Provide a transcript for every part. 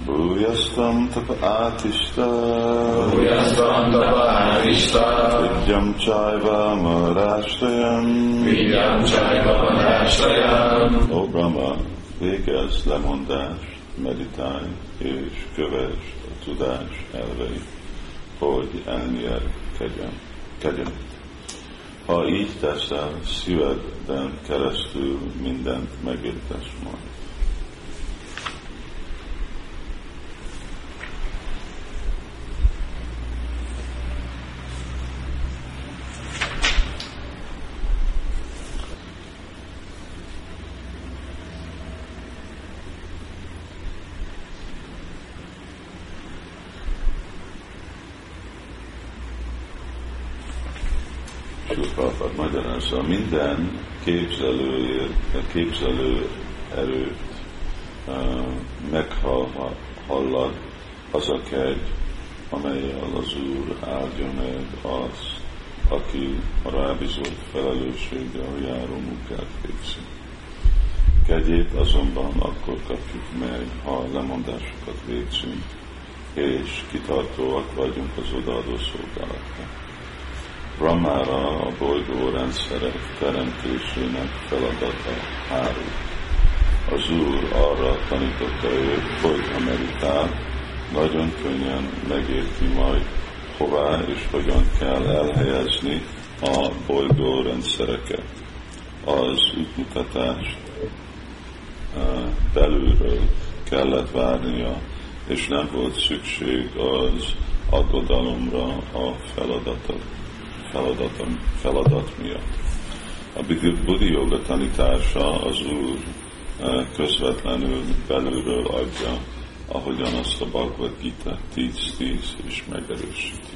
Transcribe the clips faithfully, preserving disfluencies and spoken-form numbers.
Bhuyastam tapa átista, Bhuyastam tapa átista, Vidyam csajva marástajam, Vidyam csajva marástajam. Ó Brahma, végezz lemondást, meditálj és kövesd a tudás elveit, hogy elnyerkedjen. Kedjen. Ha így teszel, szíveden keresztül mindent megértesz majd. Prabhupád magyarázza, minden képzelő, képzelő erőt uh, meghallad az a kegy, amelyel az Úr áldja meg azt, aki a rábízott felelősséggel járó munkát végzi. Kegyét azonban akkor kapjuk meg, ha lemondásokat végzünk, és kitartóak vagyunk az odaadó szolgálatban. Brahmára a bolygó rendszerek teremtésének feladata hárul. Az Úr arra tanította őt, hogy ha meditál, nagyon könnyen megérti majd, hová és hogyan kell elhelyezni a bolygó rendszereket. Az útmutatást belülről kellett várnia, és nem volt szükség az aggodalomra a feladatot. Feladat, feladat miatt. A Buddhi Yoga tanítása az Úr közvetlenül belülről adja, ahogyan azt a Bhagavad Gita tíz tíz is megerősíti.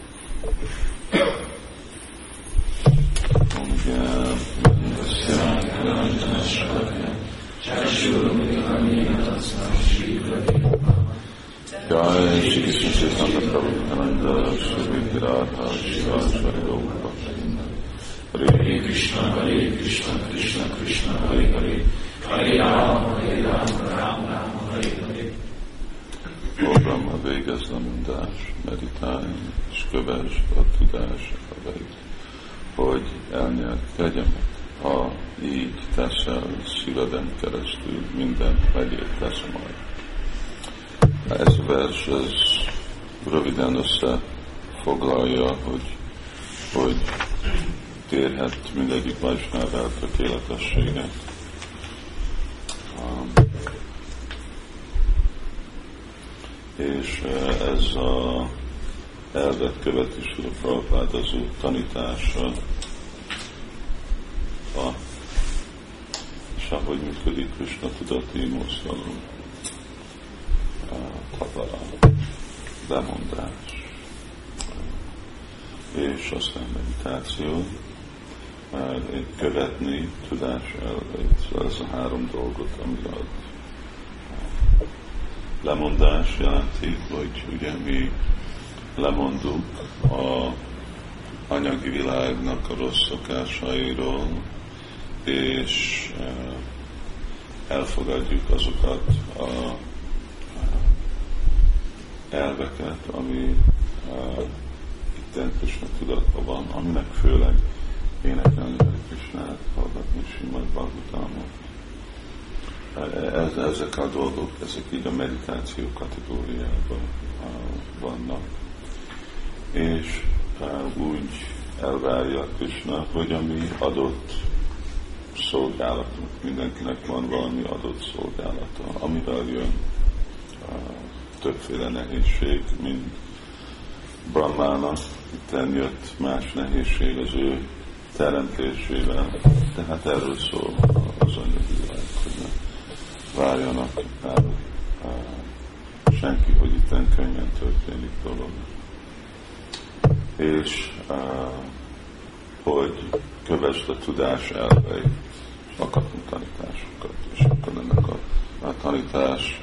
Jai Shri Krishna Chaitanya Prabhu Nityananda Shri Radha Shri Rupa Hare Krishna Hare Krishna Krishna Krishna Hare Hare Hare Rama Hare Rama Rama Rama Hare Hare. Ó Brahma, végezz lemondás, meditálj és kövesd a tudás elveit, hogy elnyerkedjen. Ha így teszel, szíveden keresztül mindent megértesz majd. Ez a vers, ez röviden összefoglalja, hogy, hogy térhet mindegyik Vajsnáv el tökéletességet. Um, és ez a elvet követi Srila Prabhupád az ő tanítása, a, és ahogy működik Krishna tudati mozdalom. Tapara, lemondás, és aztán meditáció, követni tudás elveit. Szóval ez a három dolgot, ami ad. Lemondás jelenti, hogy ugye mi lemondunk a anyagi világnak a rossz szokásairól, és elfogadjuk azokat a elveket, ami uh, itten Krishna tudatban van, aminek főleg énekelni Hare Krishnát, hallgatni Srimad Bhagavatamot. Ez, ezek a dolgok, ezek így a meditáció kategóriában uh, vannak. És uh, úgy elvárja Krishna, hogy a mi adott szolgálatunk, mindenkinek van valami adott szolgálata, amivel jön uh, többféle nehézség, mint Brahmának, itten jött más nehézség az ő teremtésével, tehát erről szól az anyagi világ, hogy ne várjanak el senki, hogy itten könnyen történik dolog. És hogy kövesd a tudás elveit, és akartunk tanításokat, és akkor ennek a, a tanítás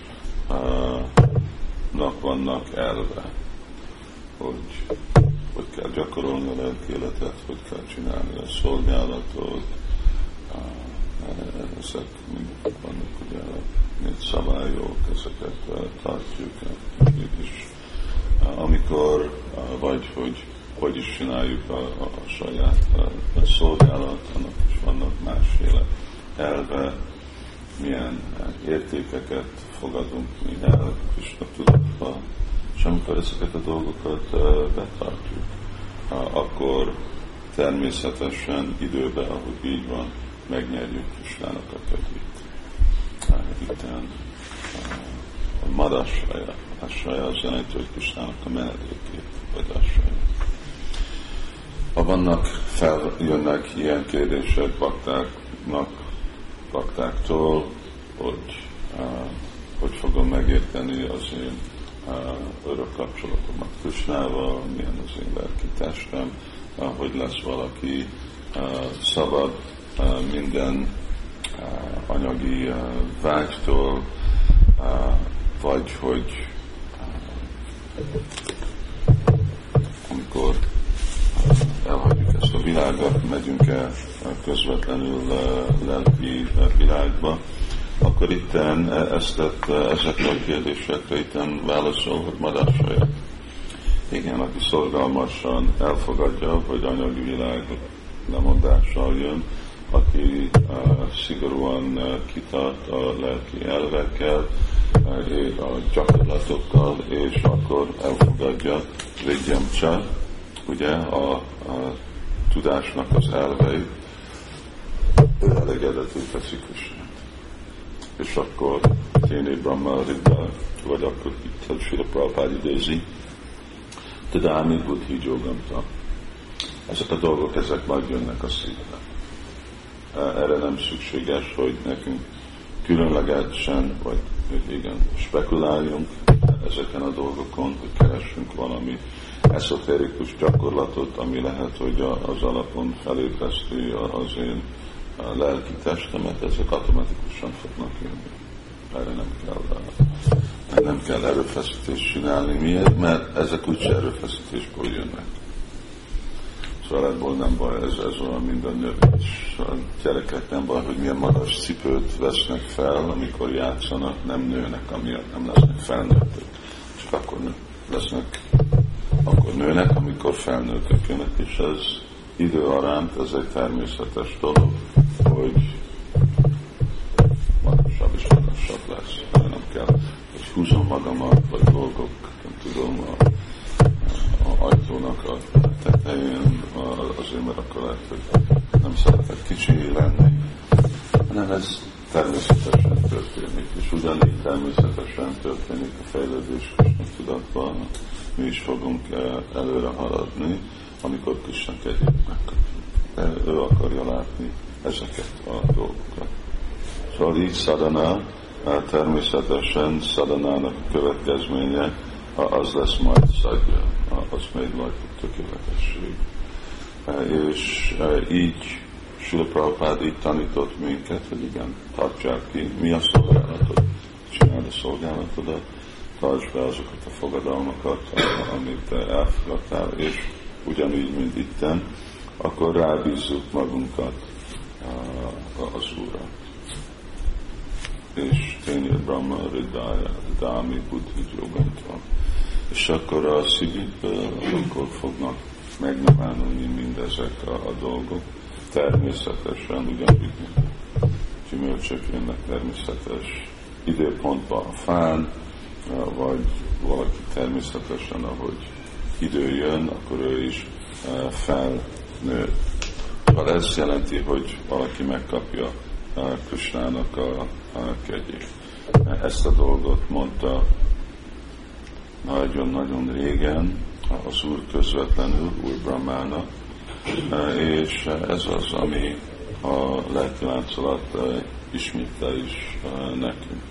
vannak elve, hogy hogy kell gyakorolni a lelki életet, hogy kell csinálni a szolgálatot, ezek mind vannak, ugye, mint szabályok, ezeket tartjuk. És amikor, vagy hogy hogy is csináljuk a, a, a saját a, a szolgálat, annak is vannak másféle elve, milyen értékeket fogadunk mi el Krisna tudatba, és amikor ezeket a dolgokat betartjuk, akkor természetesen időben, ahogy így van, megnyerjük Krisnának a kedvét. Itten a madasraja, a saja az jelenti, hogy Krisnának a menedékét, vagy a saja. Ha vannak, feljönnek ilyen kérdések baktáknak, baktáktól, hogy uh, hogy fogom megérteni az én uh, örök kapcsolatomat Krisnával, milyen az én lelki testem, uh, hogy lesz valaki uh, szabad uh, minden uh, anyagi uh, vágytól, uh, vagy hogy uh, amikor elhagyjuk ezt a világot, megyünk el közvetlenül lelki világba, akkor itten ezt, ezekre a kérdésekre itten válaszol, hogy madasraja. Igen, aki szorgalmasan elfogadja, hogy anyagi világ lemondással jön, aki uh, szigorúan uh, kitart a lelki elvekkel, uh, a gyakorlatokkal, és akkor elfogadja vigyamcsa, ugye a, a tudásnak az elvei, ő elégedetül teszik Krisnát. És akkor Téné Brahma Ridda, vagy akkor itt Srila Prabhupád idézi, Tadámi Buddhi Jogamta. Ezek a dolgok, ezek majd jönnek a szívbe. Erre nem szükséges, hogy nekünk különlegesen, vagy igen, spekuláljunk ezeken a dolgokon, hogy keressünk valami eszotérikus gyakorlatot, ami lehet, hogy az alapon felébreszti az én lelki testemet, ezek automatikusan fognak jönni. Erre nem kell, nem kell erőfeszítést csinálni. Miért? Mert ezek úgyse erőfeszítésből jönnek. Szóval ebből nem baj, ez, ez olyan minden növés. A gyerekek nem baj, hogy milyen magas cipőt vesznek fel, amikor játszanak, nem nőnek, amiatt nem lesznek felnőttek. Csak akkor lesznek, akkor nőnek, amikor felnőttek jönnek, és ez idő aránt, ez egy természetes dolog, hogy magasabb és magasabb lesz. De nem kell, hogy húzom magamat, vagy dolgok, nem tudom, a, a ajtónak a tetején, azért, mert akkor lehet, hogy nem szeretek kicsi lenni, hanem ez természetesen történik, és ugyanígy természetesen történik a fejlődés Krisna tudatban, mi is fogunk előre haladni, amikor Krisna kegyét megkapjuk. De ő akarja látni ezeket a dolgokat. Szóval így szadana, természetesen szadanának a következménye, az lesz majd szadja, az még majd tökéletesség. És így Srila Prabhupád így tanított minket, hogy igen, tartsák ki, mi a szolgálatod, csináld a szolgálatodat, tartsd be azokat a fogadalmakat, amit elfogadtál, és ugyanígy, mint itten, akkor rábízzuk magunkat az Úrra. És tényleg Brahma Riddhaya, Dámi Buddhi Jogamta. És akkor a szívükből, akkor fognak megnyilvánulni mindezek a, a dolgok. Természetesen, ugyanúgy, mint gyümölcsök jönnek természetes időpontban a fán, vagy valaki természetesen, ahogy idő jön, akkor ő is felnő. Ez jelenti, hogy valaki megkapja Krisnának a, a kegyét. Ezt a dolgot mondta nagyon-nagyon régen az Úr közvetlenül, Úr Brahmának, és ez az, ami a lelki láncolat ismétel is nekünk.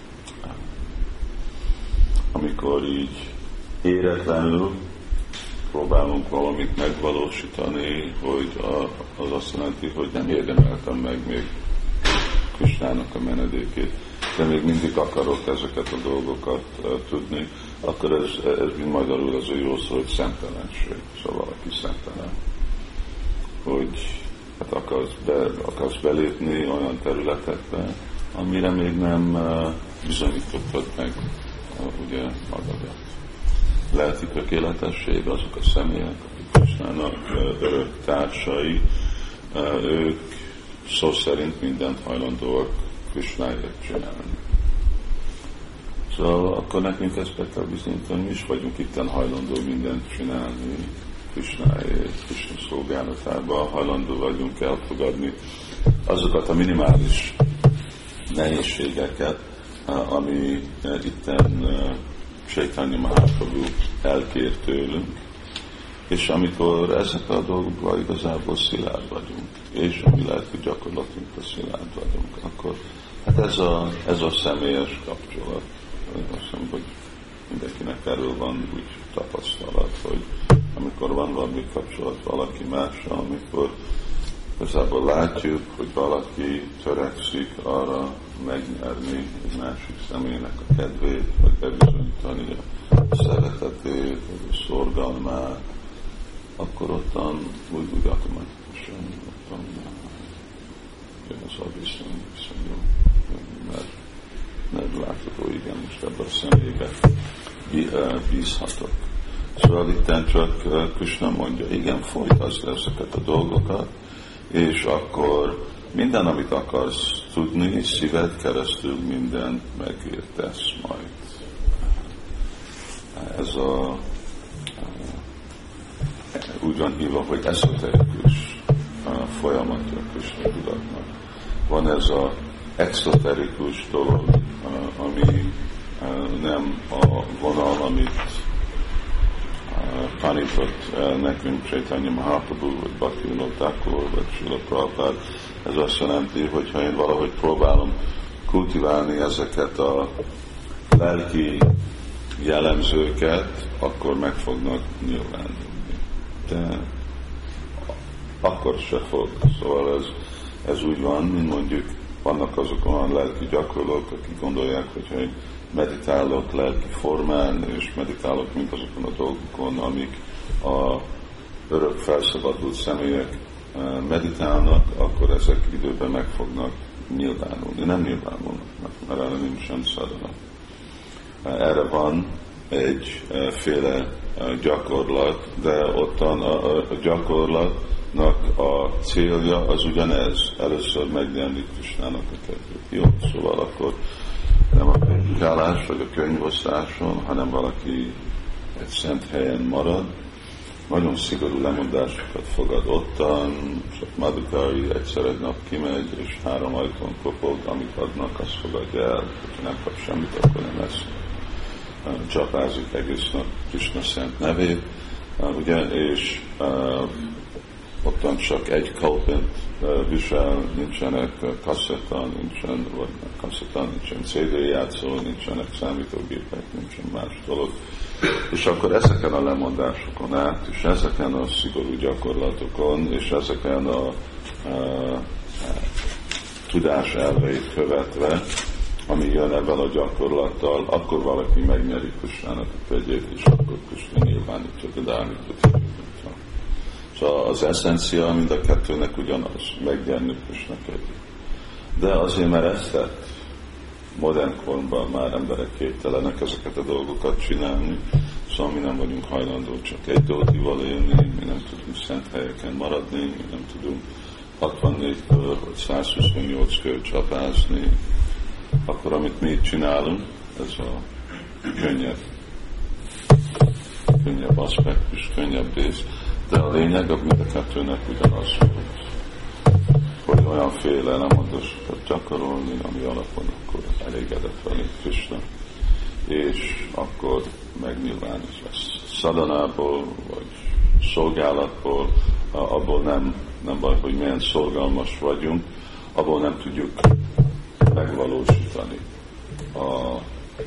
Amikor így éretlenül próbálunk valamit megvalósítani, hogy az azt jelenti, hogy nem érdemeltem meg még Krisnának a menedékét, de még mindig akarok ezeket a dolgokat tudni, akkor ez, ez mind magyarul az a jó szó, hogy szemtelenség. Szóval valaki szemtelen. Hogy hát akarsz, be, akarsz belépni olyan területekbe, amire még nem uh, bizonyítottad meg uh, ugye magadat. Lelki tökéletesség, azok a személyek, akik Krisnának uh, örök társai, uh, ők szó szerint mindent hajlandóak Krisnáért csinálni. Szóval akkor nekünk ezt be kell bizonyítani, mi is vagyunk itten hajlandó mindent csinálni Krisnáért, Krisna szolgálatában, hajlandó vagyunk elfogadni azokat a minimális nehézségeket, ami itten Chaitanya Mahaprabhu elkér tőlünk, és amikor ezek a dolgokban igazából szilárd vagyunk, és ami lelki gyakorlatunkra szilárd vagyunk, akkor hát ez a, ez a személyes kapcsolat. Azt hiszem, hogy mindenkinek erről van úgy tapasztalat, hogy amikor van valami kapcsolat valaki mással, amikor igazából látjuk, hogy valaki törekszik arra megnyerni egy másik személynek a kedvét, vagy bebizonyítani a szeretetét, vagy a szorgalmát, akkor ottan úgy, úgy automatikusan ottan jön az a viszony, viszonyú, mert, mert látható, igen, most ebben a személybe bízhatok. Szóval itten csak Krishna mondja, igen, folytasd ezeket a dolgokat, és akkor minden, amit akarsz tudni, szíved keresztül mindent megértesz majd. Ez a úgy van hívva, hogy ezoterikus folyamatja Krishna tudatnak. Van ez az exoterikus dolog, ami nem a vonal, amit tanított nekünk Chaitanya Mahaprabhu, vagy Bhaktivinoda Thakur, vagy Srila Prabhupada. Ez azt jelenti, hogy ha én valahogy próbálom kultiválni ezeket a lelki jellemzőket, akkor meg fognak nyilvánulni. De akkor se fog. Szóval ez, ez úgy van, mint mondjuk vannak azok olyan lelki gyakorlók, akik gondolják, hogy ha én meditálok lelki formán, és meditálok mint azokon a dolgokon, amik a örök felszabadult személyek meditálnak, akkor ezek időben meg fognak nyilvánulni. Nem nyilvánulnak, mert erre nincsen szadana. Erre van egyféle gyakorlat, de ottan a, a gyakorlatnak a célja az ugyanez. Először megnyerni Krisnának a kedvét. Jó, szóval akkor nem a predikálás vagy a könyvosztáson, hanem valaki egy szent helyen marad, nagyon szigorú lemondásokat fogad ottan, csak Madhukari egyszer egy nap kimegy, és három ajtón kopog, amit adnak, azt fogadja el, hogyha nem kap semmit, akkor nem lesz. Csapázik egész nap Krishna szent nevét, ugye, és uh, ottan csak egy kalpent uh, visel, nincsenek kasszetta, nincsen, vagy kasszetta, nincsen cé dé játszó, nincsenek számítógépek, nincsen más dolog. És akkor ezeken a lemondásokon át, és ezeken a szigorú gyakorlatokon, és ezeken a, a, a tudás elveit követve, ami jön ebben a gyakorlattal, akkor valaki megnyeri Krisnának a kegyét, és akkor Krisna nyilvánítja a dármítot. Szóval az eszencia mind a kettőnek ugyanaz, megnyerni Krisna kegyét. De azért, mert ezt tett, modern korban már emberek képtelenek ezeket a dolgokat csinálni, szóval mi nem vagyunk hajlandó csak egy dótival élni, mi nem tudunk szent helyeken maradni, mi nem tudunk hatvannégy kör vagy százhuszonnyolc kör csapázni, akkor amit mi csinálunk, ez a könnyebb, könnyebb aspektus, könnyebb rész, de a lényeg, a mind a kettőnek ugyanaz volt, hogy olyanféle lemondásokat gyakorolni, ami alapon akkor elégedett velünk Krishna, és akkor megnyilvánít lesz szadanából, vagy szolgálatból, abból nem, nem baj, hogy milyen szorgalmas vagyunk, abból nem tudjuk megvalósítani a, a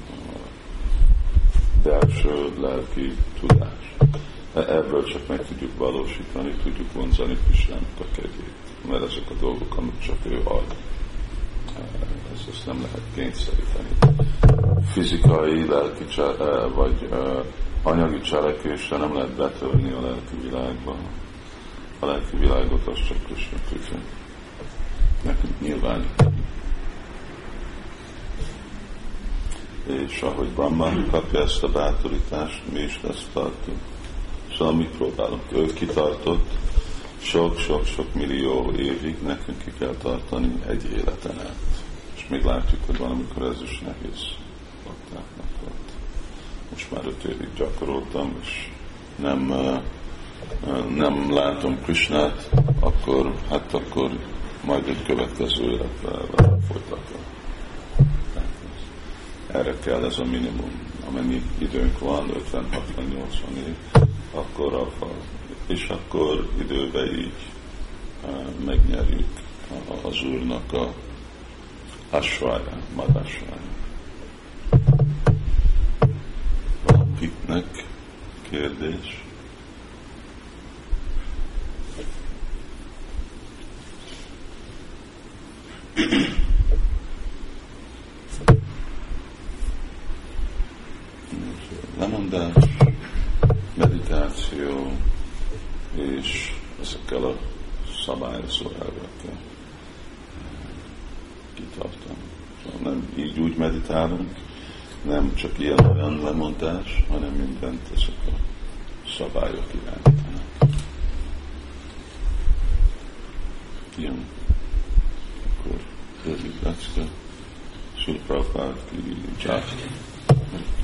belső lelki tudást. Ebből csak meg tudjuk valósítani, tudjuk vonzani Krisnának a kegyét, mert ezek a dolgok, amit csak ő ad. Ezt, ezt nem lehet kényszeríteni. Fizikai, lelki vagy anyagi cselekvésre nem lehet betörni a lelki világba. a lelki világot az csak Krishna tudja. Nekünk nyilván. És ahogy Brahma kapja ezt a bátorítást, mi is ezt tartunk. Szóval mi próbálunk. Ő kitartott sok-sok-sok millió évig, nekünk ki kell tartani egy életen át. És még látjuk, hogy valamikor ez is nehéz baktáknak volt. Most már öt évig gyakoroltam, és nem, nem látom Krishnát, akkor, hát akkor majd egy következő életben folytatom. Erre kell ez a minimum. Amennyi időnk van, ötven, hatvan, nyolcvan év, akkor a fal. És akkor időben így megnyerjük az Úrnak a asvája, madasvája. Valakiknek kérdés? Lemondás, meditáció és ezekkel a szabályozó elvekkel kitartani. Szóval nem így úgy meditálunk, nem csak ilyen olyan lemondás, hanem mindent ezek a szabályok irányítanak. Jó. Akkor rövid lecke. Srila Prabhupád ki Jai.